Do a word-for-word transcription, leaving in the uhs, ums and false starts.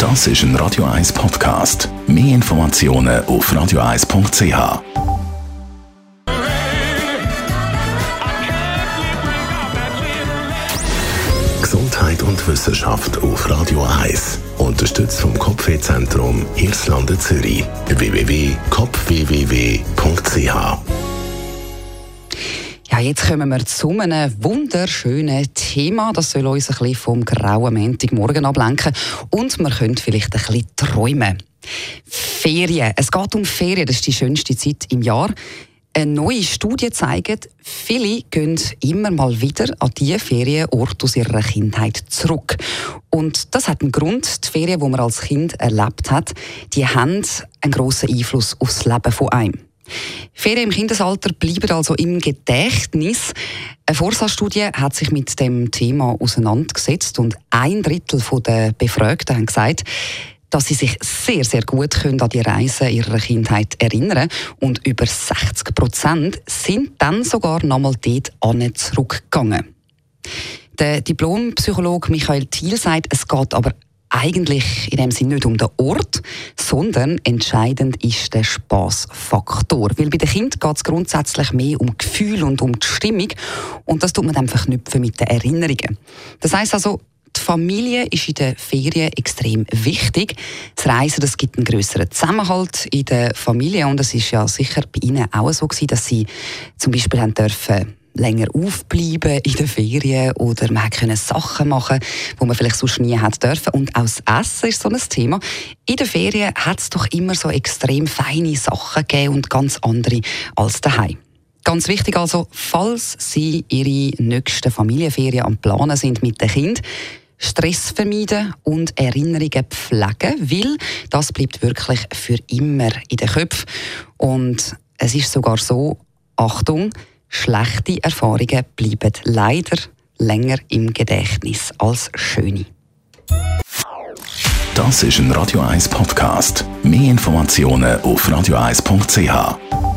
Das ist ein Radio eins Podcast. Mehr Informationen auf radio eins punkt c h. Gesundheit und Wissenschaft auf Radio eins. Unterstützt vom Kopfwehzentrum Irlande Zürich. w w w punkt kopf w w w punkt c h. Ja, jetzt kommen wir zu einem wunderschönen Thema. Das soll uns ein bisschen vom grauen Montagmorgen ablenken. Und wir können vielleicht ein bisschen träumen. Ferien. Es geht um Ferien. Das ist die schönste Zeit im Jahr. Eine neue Studie zeigt, viele gehen immer mal wieder an diese Ferienorte aus ihrer Kindheit zurück. Und das hat einen Grund. Die Ferien, die man als Kind erlebt hat, die haben einen grossen Einfluss auf das Leben von einem. Ferien im Kindesalter bleiben also im Gedächtnis. Eine Forsa-Studie hat sich mit dem Thema auseinandergesetzt und ein Drittel der Befragten haben gesagt, dass sie sich sehr, sehr gut können an die Reisen ihrer Kindheit erinnern können. Und über sechzig Prozent sind dann sogar noch mal dort zurückgegangen. Der Diplompsychologe Michael Thiel sagt, es geht aber eigentlich in dem Sinne nicht um den Ort, sondern entscheidend ist der Spassfaktor. Weil bei den Kindern geht es grundsätzlich mehr um Gefühl und um die Stimmung. Und das tut man dann verknüpfen mit den Erinnerungen. Das heisst also, die Familie ist in den Ferien extrem wichtig. Das Reisen, das gibt einen grösseren Zusammenhalt in der Familie. Und es ist ja sicher bei Ihnen auch so gewesen, dass Sie zum Beispiel haben dürfen länger aufbleiben in den Ferien oder man konnte Sachen machen, die man vielleicht sonst nie hätte dürfen. Und auch das Essen ist so ein Thema. In den Ferien hat es doch immer so extrem feine Sachen gegeben und ganz andere als daheim. Ganz wichtig also, falls Sie Ihre nächsten Familienferien am Planen sind mit den Kindern, Stress vermeiden und Erinnerungen pflegen, weil das bleibt wirklich für immer in den Köpfen. Und es ist sogar so, Achtung, schlechte Erfahrungen bleiben leider länger im Gedächtnis als schöne. Das ist ein Radio eins Podcast. Mehr Informationen auf radio eins punkt c h.